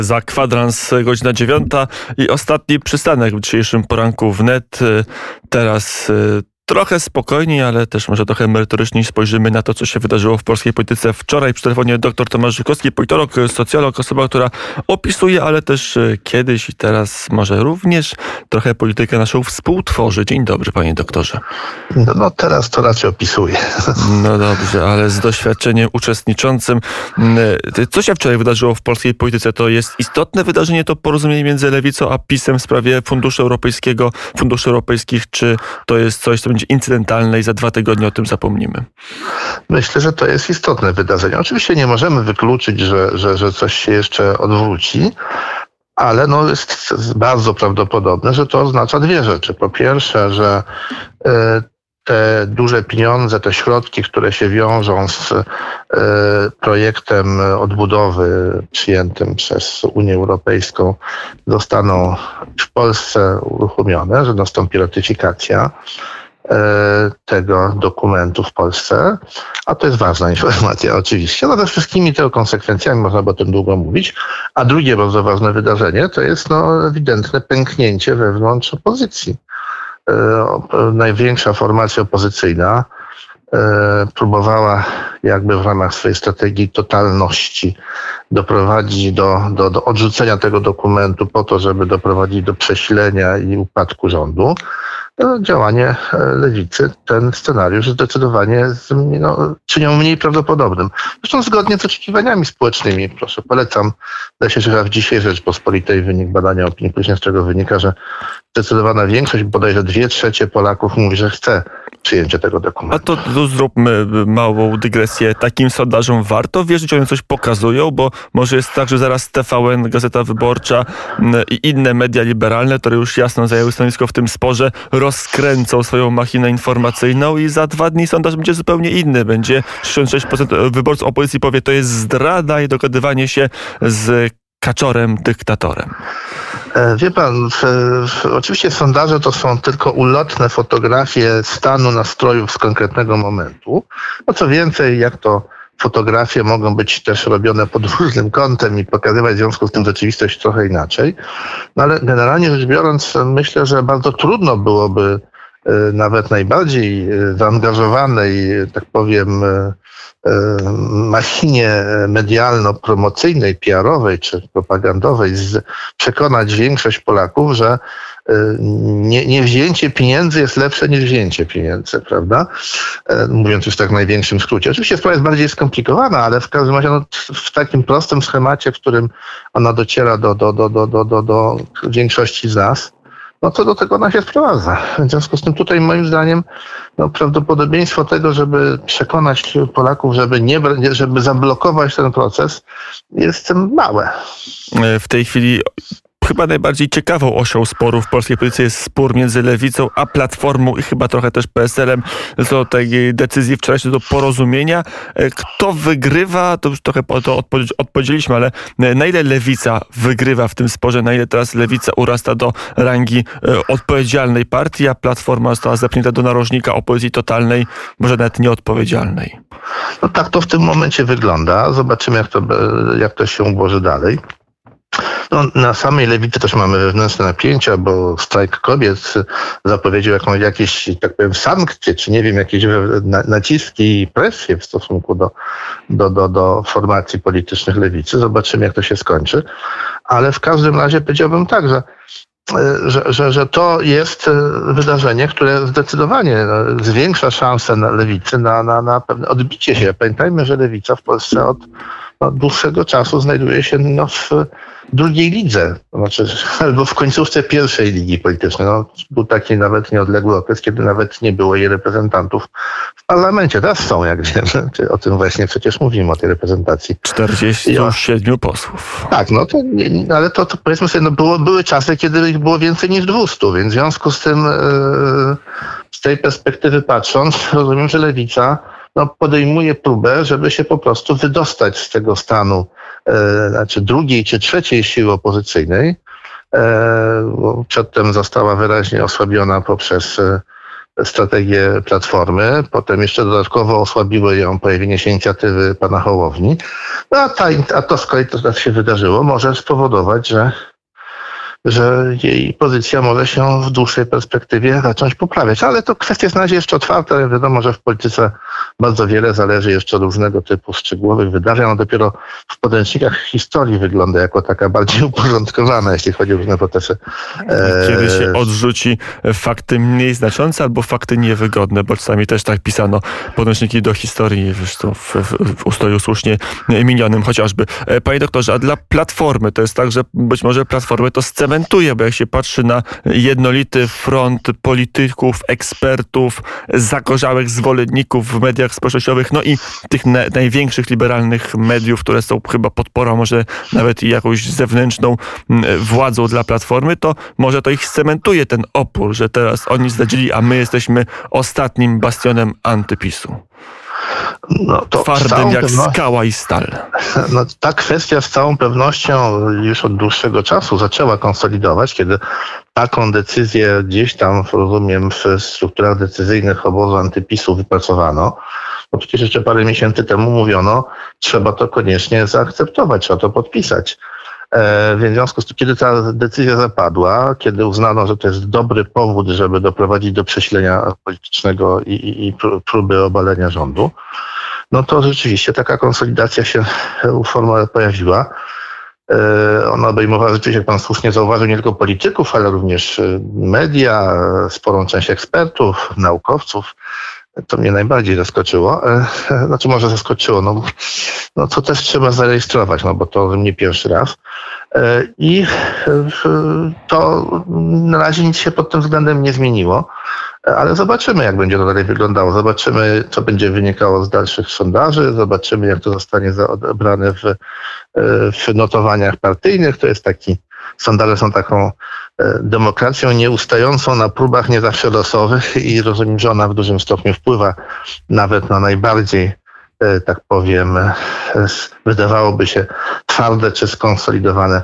Za kwadrans godzina 9 i ostatni przystanek w dzisiejszym poranku wnet. Teraz trochę spokojniej, ale też może trochę merytorycznie spojrzymy na to, co się wydarzyło w polskiej polityce wczoraj. Przy telefonie dr Tomasz Żukowski, politolog, socjolog, osoba, która opisuje, ale też kiedyś i teraz może również trochę politykę naszą współtworzy. Dzień dobry, panie doktorze. No teraz to raczej opisuję. No dobrze, ale z doświadczeniem uczestniczącym. Co się wczoraj wydarzyło w polskiej polityce? To jest istotne wydarzenie, to porozumienie między Lewicą a PiS-em w sprawie funduszy europejskich, czy to jest coś, co będzie incydentalne i za 2 tygodnie o tym zapomnimy? Myślę, że to jest istotne wydarzenie. Oczywiście nie możemy wykluczyć, że coś się jeszcze odwróci, ale jest bardzo prawdopodobne, że to oznacza 2 rzeczy. Po pierwsze, że te duże pieniądze, te środki, które się wiążą z projektem odbudowy przyjętym przez Unię Europejską, zostaną w Polsce uruchomione, że nastąpi ratyfikacja tego dokumentu w Polsce, a to jest ważna informacja oczywiście. No ze wszystkimi tego konsekwencjami można by o tym długo mówić. A drugie bardzo ważne wydarzenie to jest ewidentne pęknięcie wewnątrz opozycji. Największa formacja opozycyjna próbowała jakby w ramach swojej strategii totalności doprowadzić do odrzucenia tego dokumentu po to, żeby doprowadzić do przesilenia i upadku rządu. Działanie Lewicy ten scenariusz zdecydowanie czynią mniej prawdopodobnym. Zresztą zgodnie z oczekiwaniami społecznymi. Proszę, polecam. Zdaje się, że w dzisiaj Rzeczpospolitej wynik badania opinii publicznej, z czego wynika, że zdecydowana większość, bodajże 2/3 Polaków mówi, że chce przyjęcie tego dokumentu. A to tu zróbmy małą dygresję. Takim sondażom warto wierzyć, one coś pokazują, bo może jest tak, że zaraz TVN, Gazeta Wyborcza i inne media liberalne, które już jasno zajęły stanowisko w tym sporze, rozkręcą swoją machinę informacyjną i za 2 dni sondaż będzie zupełnie inny. Będzie 66% wyborców opozycji powie, to jest zdrada i dogadywanie się z kaczorem, dyktatorem. Wie pan, oczywiście sondaże to są tylko ulotne fotografie stanu nastrojów z konkretnego momentu. No co więcej, jak to fotografie mogą być też robione pod różnym kątem i pokazywać w związku z tym rzeczywistość trochę inaczej. No ale generalnie rzecz biorąc, myślę, że bardzo trudno byłoby nawet najbardziej zaangażowanej, tak powiem, machinie medialno-promocyjnej, PR-owej czy propagandowej przekonać większość Polaków, że niewzięcie pieniędzy jest lepsze niż wzięcie pieniędzy, prawda? Mówiąc już tak w największym skrócie. Oczywiście sprawa jest bardziej skomplikowana, ale w każdym razie w takim prostym schemacie, w którym ona dociera do większości z nas, to do tego ona się sprowadza. W związku z tym tutaj moim zdaniem prawdopodobieństwo tego, żeby przekonać Polaków, żeby zablokować ten proces, jest małe. W tej chwili chyba najbardziej ciekawą osią sporu w polskiej polityce jest spór między Lewicą a Platformą i chyba trochę też PSL-em do tej decyzji wczorajszej, do porozumienia. Kto wygrywa, to już trochę o to odpowiedzieliśmy, ale na ile Lewica wygrywa w tym sporze, na ile teraz Lewica urasta do rangi odpowiedzialnej partii, a Platforma została zepchnięta do narożnika opozycji totalnej, może nawet nieodpowiedzialnej? No tak to w tym momencie wygląda. Zobaczymy, jak to się ułoży dalej. Na samej Lewicy też mamy wewnętrzne napięcia, bo strajk kobiet zapowiedział jakieś, tak powiem, sankcje, czy nie wiem, jakieś naciski i presje w stosunku do formacji politycznych Lewicy. Zobaczymy, jak to się skończy. Ale w każdym razie powiedziałbym tak, że to jest wydarzenie, które zdecydowanie zwiększa szanse na Lewicy na pewne odbicie się. Pamiętajmy, że Lewica w Polsce od dłuższego czasu znajduje się w drugiej lidze, albo w końcówce pierwszej ligi politycznej. Był taki nawet nieodległy okres, kiedy nawet nie było jej reprezentantów w parlamencie. Teraz są, jak wiemy. O tym właśnie przecież mówimy, o tej reprezentacji. 47 posłów. Tak, ale to powiedzmy sobie, były czasy, kiedy ich było więcej niż 200, więc w związku z tym, z tej perspektywy patrząc, rozumiem, że Lewica podejmuje próbę, żeby się po prostu wydostać z tego stanu, drugiej czy trzeciej siły opozycyjnej. Przedtem została wyraźnie osłabiona poprzez strategię Platformy. Potem jeszcze dodatkowo osłabiło ją pojawienie się inicjatywy pana Hołowni. No a to z kolei to, co się wydarzyło, może spowodować, że jej pozycja może się w dłuższej perspektywie zacząć poprawiać. Ale to kwestia jest na razie jeszcze otwarta. Wiadomo, że w polityce bardzo wiele zależy jeszcze od różnego typu szczegółowych wydarzeń. Ono dopiero w podręcznikach historii wygląda jako taka bardziej uporządkowana, jeśli chodzi o różne procesy. Kiedy się odrzuci fakty mniej znaczące albo fakty niewygodne, bo czasami też tak pisano podręczniki do historii w ustroju słusznie minionym chociażby. Panie doktorze, a dla Platformy to jest tak, że być może Platformy to cementuje, bo jak się patrzy na jednolity front polityków, ekspertów, zagorzałych zwolenników w mediach społecznościowych, no i tych największych liberalnych mediów, które są chyba podporą, może nawet i jakąś zewnętrzną władzą dla Platformy, to może to ich cementuje ten opór, że teraz oni zdradzili, a my jesteśmy ostatnim bastionem antypisu. No, to twardym jak skała i stal. No, ta kwestia z całą pewnością już od dłuższego czasu zaczęła konsolidować, kiedy taką decyzję gdzieś tam, rozumiem, w strukturach decyzyjnych obozu antypisu wypracowano. No przecież jeszcze parę miesięcy temu mówiono, trzeba to koniecznie zaakceptować, trzeba to podpisać. W związku z tym, kiedy ta decyzja zapadła, kiedy uznano, że to jest dobry powód, żeby doprowadzić do przesilenia politycznego i próby obalenia rządu, no to rzeczywiście taka konsolidacja się pojawiła. Ona obejmowała rzeczywiście, jak pan słusznie zauważył, nie tylko polityków, ale również media, sporą część ekspertów, naukowców. To mnie najbardziej zaskoczyło. Znaczy może zaskoczyło, no co też trzeba zarejestrować, no bo to nie pierwszy raz. I to na razie nic się pod tym względem nie zmieniło, ale zobaczymy, jak będzie to dalej wyglądało. Zobaczymy, co będzie wynikało z dalszych sondaży, zobaczymy, jak to zostanie odebrane w notowaniach partyjnych. To jest sondaże są taką demokracją nieustającą na próbach nie zawsze losowych i rozumiem, że ona w dużym stopniu wpływa nawet na najbardziej, tak powiem, wydawałoby się twarde czy skonsolidowane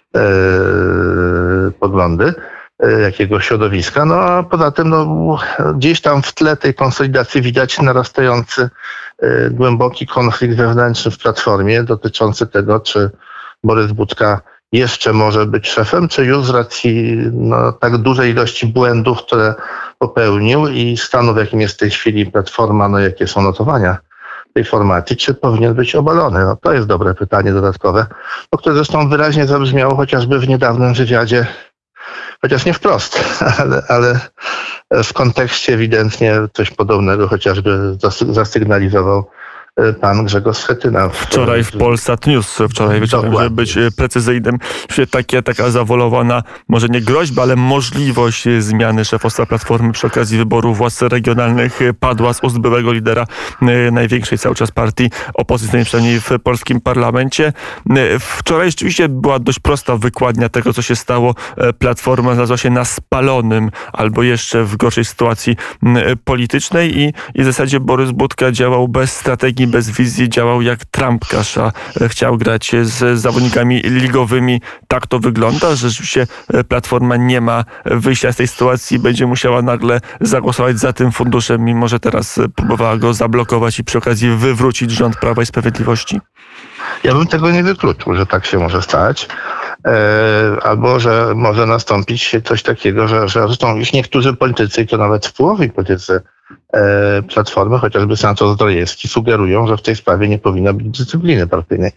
poglądy jakiegoś środowiska. No a poza tym gdzieś tam w tle tej konsolidacji widać narastający głęboki konflikt wewnętrzny w Platformie dotyczący tego, czy Borys Budka jeszcze może być szefem, czy już z racji tak dużej ilości błędów, które popełnił i stanu, w jakim jest w tej chwili Platforma, jakie są notowania tej formacji, czy powinien być obalony? No, to jest dobre pytanie dodatkowe, które zresztą wyraźnie zabrzmiało chociażby w niedawnym wywiadzie, chociaż nie wprost, ale w kontekście ewidentnie coś podobnego chociażby zasygnalizował pan Grzegorz Schetyna. Wczoraj w Polsat News, wczoraj wieczorem, żeby być precyzyjnym, taka zawolowana, może nie groźba, ale możliwość zmiany szefostwa Platformy przy okazji wyboru władz regionalnych padła z ust byłego lidera największej cały czas partii opozycyjnej, przynajmniej w polskim parlamencie. Wczoraj rzeczywiście była dość prosta wykładnia tego, co się stało. Platforma znalazła się na spalonym albo jeszcze w gorszej sytuacji politycznej i w zasadzie Borys Budka działał bez strategii, bez wizji, działał jak trampkarz, a chciał grać z zawodnikami ligowymi. Tak to wygląda, że rzeczywiście Platforma nie ma wyjścia z tej sytuacji, będzie musiała nagle zagłosować za tym funduszem, mimo że teraz próbowała go zablokować i przy okazji wywrócić rząd Prawa i Sprawiedliwości. Ja bym tego nie wykluczył, że tak się może stać. Albo że może nastąpić coś takiego, że zresztą już niektórzy politycy, i to nawet wpływowi politycy Platformy, chociażby senator Zdrojewski, sugerują, że w tej sprawie nie powinno być dyscypliny partyjnej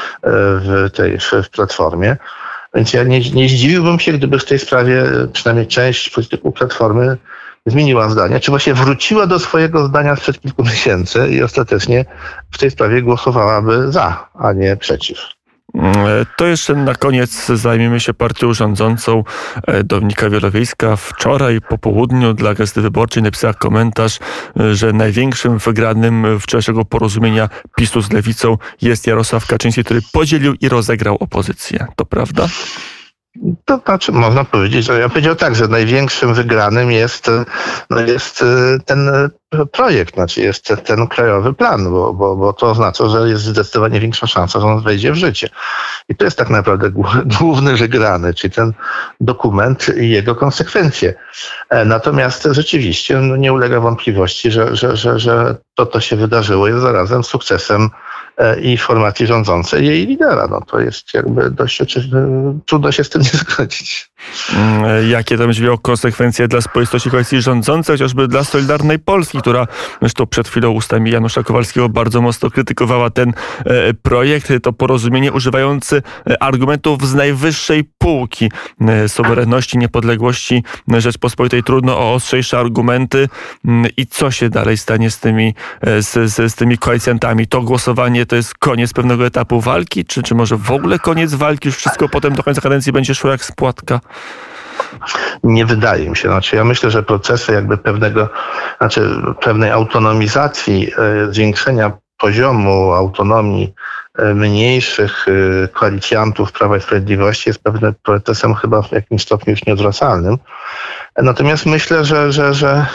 w Platformie. Więc ja nie zdziwiłbym się, gdyby w tej sprawie przynajmniej część polityków Platformy zmieniła zdanie, czy właśnie wróciła do swojego zdania sprzed kilku miesięcy i ostatecznie w tej sprawie głosowałaby za, a nie przeciw. To jeszcze na koniec zajmiemy się partią rządzącą. Dominika Wielowiejska wczoraj po południu dla Gazety Wyborczej napisała komentarz, że największym wygranym wczorajszego porozumienia PiS-u z Lewicą jest Jarosław Kaczyński, który podzielił i rozegrał opozycję. To prawda? To znaczy, można powiedzieć, że ja powiedział tak, że największym wygranym jest ten projekt, znaczy jest ten krajowy plan, bo to oznacza, że jest zdecydowanie większa szansa, że on wejdzie w życie. I to jest tak naprawdę główny wygrany, czyli ten dokument i jego konsekwencje. Natomiast rzeczywiście nie ulega wątpliwości, że to się wydarzyło jest zarazem sukcesem i formacji rządzącej i jej lidera. No to jest jakby dość trudno się z tym nie zgodzić. Jakie to będzie miało konsekwencje dla społeczności koalicji rządzącej, chociażby dla Solidarnej Polski, która zresztą przed chwilą ustami Janusza Kowalskiego bardzo mocno krytykowała ten projekt, to porozumienie, używający argumentów z najwyższej półki suwerenności, niepodległości Rzeczpospolitej. Trudno o ostrzejsze argumenty. I co się dalej stanie z tymi koalicjantami? To głosowanie to jest koniec pewnego etapu walki? Czy może w ogóle koniec walki? Już wszystko potem do końca kadencji będzie szło jak z płatka? Nie wydaje mi się. Znaczy, ja myślę, że procesy jakby pewnej autonomizacji, zwiększenia poziomu autonomii mniejszych koalicjantów Prawa i Sprawiedliwości jest pewnym procesem chyba w jakimś stopniu już nieodwracalnym. Natomiast myślę, że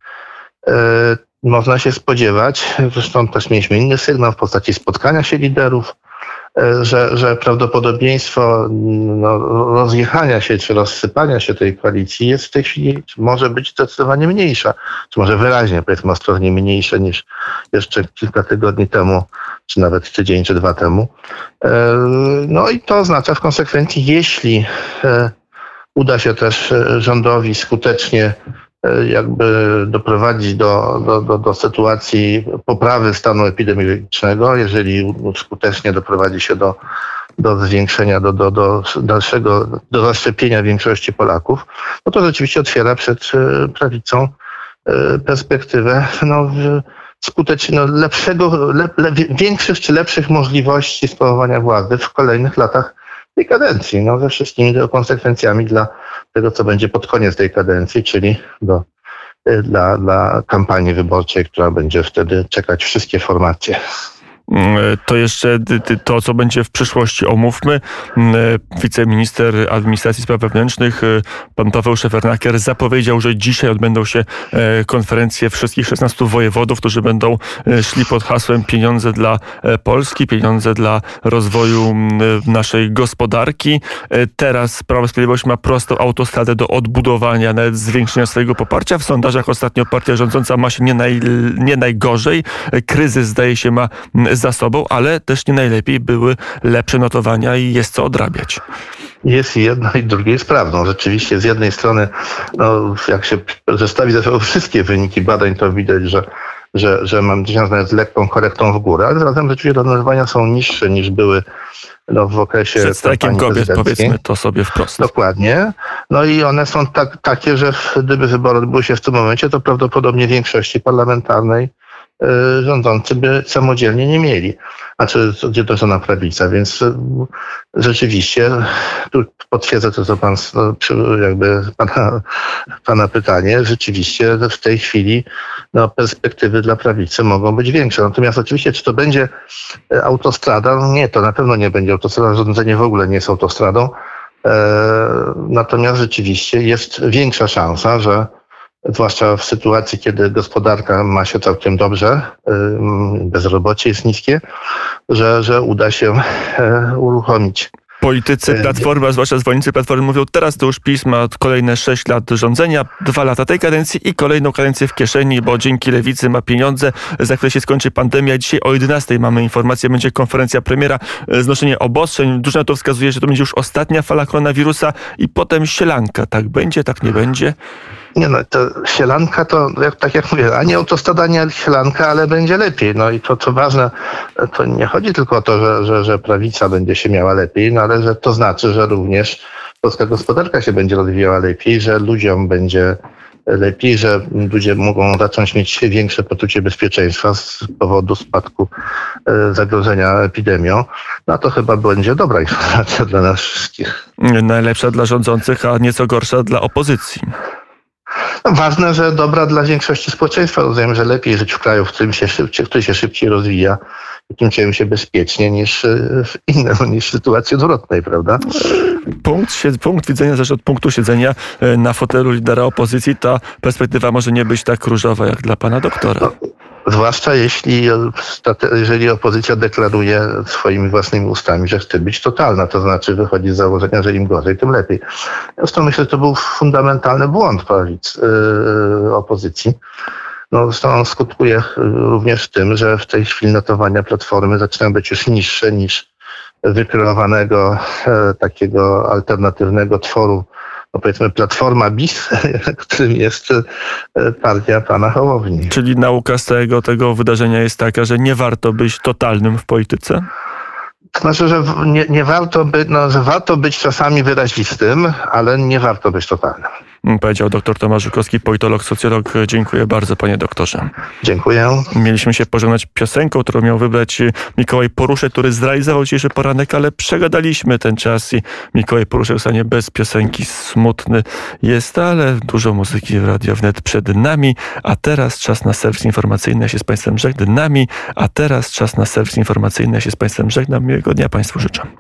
można się spodziewać, zresztą też mieliśmy inny sygnał w postaci spotkania się liderów, że prawdopodobieństwo rozjechania się czy rozsypania się tej koalicji jest w tej chwili, może być zdecydowanie mniejsza, czy może wyraźnie, powiedzmy, ostrożnie mniejsze niż jeszcze kilka tygodni temu, czy nawet tydzień, czy 2 temu. No i to oznacza w konsekwencji, jeśli uda się też rządowi skutecznie jakby doprowadzić do sytuacji poprawy stanu epidemiologicznego, jeżeli skutecznie doprowadzi się do zwiększenia, do zaszczepienia większości Polaków, no to otwiera przed prawicą perspektywę większych czy lepszych możliwości sprawowania władzy w kolejnych latach tej kadencji, ze wszystkimi konsekwencjami dla tego, co będzie pod koniec tej kadencji, czyli dla kampanii wyborczej, która będzie wtedy czekać wszystkie formacje. To jeszcze to, co będzie w przyszłości, omówmy. Wiceminister Administracji i Spraw Wewnętrznych, pan Paweł Szefernaker, zapowiedział, że dzisiaj odbędą się konferencje wszystkich 16 wojewodów, którzy będą szli pod hasłem pieniądze dla Polski, pieniądze dla rozwoju naszej gospodarki. Teraz Prawo i Sprawiedliwość ma prostą autostradę do odbudowania, nawet zwiększenia swojego poparcia. W sondażach ostatnio partia rządząca ma się nie najgorzej. Kryzys, zdaje się, ma za sobą, ale też nie najlepiej, były lepsze notowania i jest co odrabiać. Jest i jedno i drugie jest prawdą. Rzeczywiście z jednej strony, jak się zestawi ze sobą wszystkie wyniki badań, to widać, że mam nawet z lekką korektą w górę, ale zarazem rzeczywiście notowania są niższe niż były w okresie przed strajkiem kobiet, powiedzmy to sobie wprost. Dokładnie. I one są takie, że gdyby wybory odbyły się w tym momencie, to prawdopodobnie większości parlamentarnej rządzący by samodzielnie nie mieli. Gdzie to żona prawica, więc rzeczywiście tu potwierdzę to, co pana pytanie. Rzeczywiście w tej chwili perspektywy dla prawicy mogą być większe. Natomiast oczywiście, czy to będzie autostrada? Nie, to na pewno nie będzie autostrada. Rządzenie w ogóle nie jest autostradą. Natomiast rzeczywiście jest większa szansa, że zwłaszcza w sytuacji, kiedy gospodarka ma się całkiem dobrze, bezrobocie jest niskie, że uda się uruchomić. Politycy Platformy, a zwłaszcza zwolennicy Platformy mówią, teraz to już PiS ma kolejne 6 lat rządzenia, 2 lata tej kadencji i kolejną kadencję w kieszeni, bo dzięki Lewicy ma pieniądze, za chwilę się skończy pandemia. Dzisiaj o 11:00 mamy informację, będzie konferencja premiera, znoszenie obostrzeń. Dużo na to wskazuje, że to będzie już ostatnia fala koronawirusa i potem sielanka. Tak będzie, tak nie będzie? To sielanka to, tak jak mówię, ani autostrada, ani sielanka, ale będzie lepiej. I to, co ważne, to nie chodzi tylko o to, że prawica będzie się miała lepiej, ale że to znaczy, że również polska gospodarka się będzie rozwijała lepiej, że ludziom będzie lepiej, że ludzie mogą zacząć mieć większe poczucie bezpieczeństwa z powodu spadku zagrożenia epidemią. To chyba będzie dobra informacja dla nas wszystkich. Najlepsza dla rządzących, a nieco gorsza dla opozycji. No, ważne, że dobra dla większości społeczeństwa. Rozumiem, że lepiej żyć w kraju, który się szybciej rozwija, w którym czujemy się bezpiecznie niż w innym, niż w sytuacji odwrotnej, prawda? Punkt widzenia zależy od punktu siedzenia na fotelu lidera opozycji. Ta perspektywa może nie być tak różowa jak dla pana doktora. No, zwłaszcza jeżeli opozycja deklaruje swoimi własnymi ustami, że chce być totalna, to znaczy wychodzi z założenia, że im gorzej, tym lepiej. Zresztą myślę, że to był fundamentalny błąd opozycji. No, zresztą on skutkuje również tym, że w tej chwili notowania Platformy zaczynają być już niższe niż wykreowanego takiego alternatywnego tworu, no powiedzmy Platforma BIS, którym jest partia pana Hołowni. Czyli nauka z tego wydarzenia jest taka, że nie warto być totalnym w polityce? To znaczy, że nie warto że warto być czasami wyrazistym, ale nie warto być totalnym. Powiedział dr Tomasz Żukowski, politolog, socjolog. Dziękuję bardzo, panie doktorze. Dziękuję. Mieliśmy się pożegnać piosenką, którą miał wybrać Mikołaj Poruszek, który zrealizował dzisiejszy poranek, ale przegadaliśmy ten czas i Mikołaj Poruszek zostanie bez piosenki. Smutny jest, ale dużo muzyki w Radio Wnet przed nami. A teraz czas na serwis informacyjny. Ja się z państwem żegnam. Miłego dnia państwu życzę.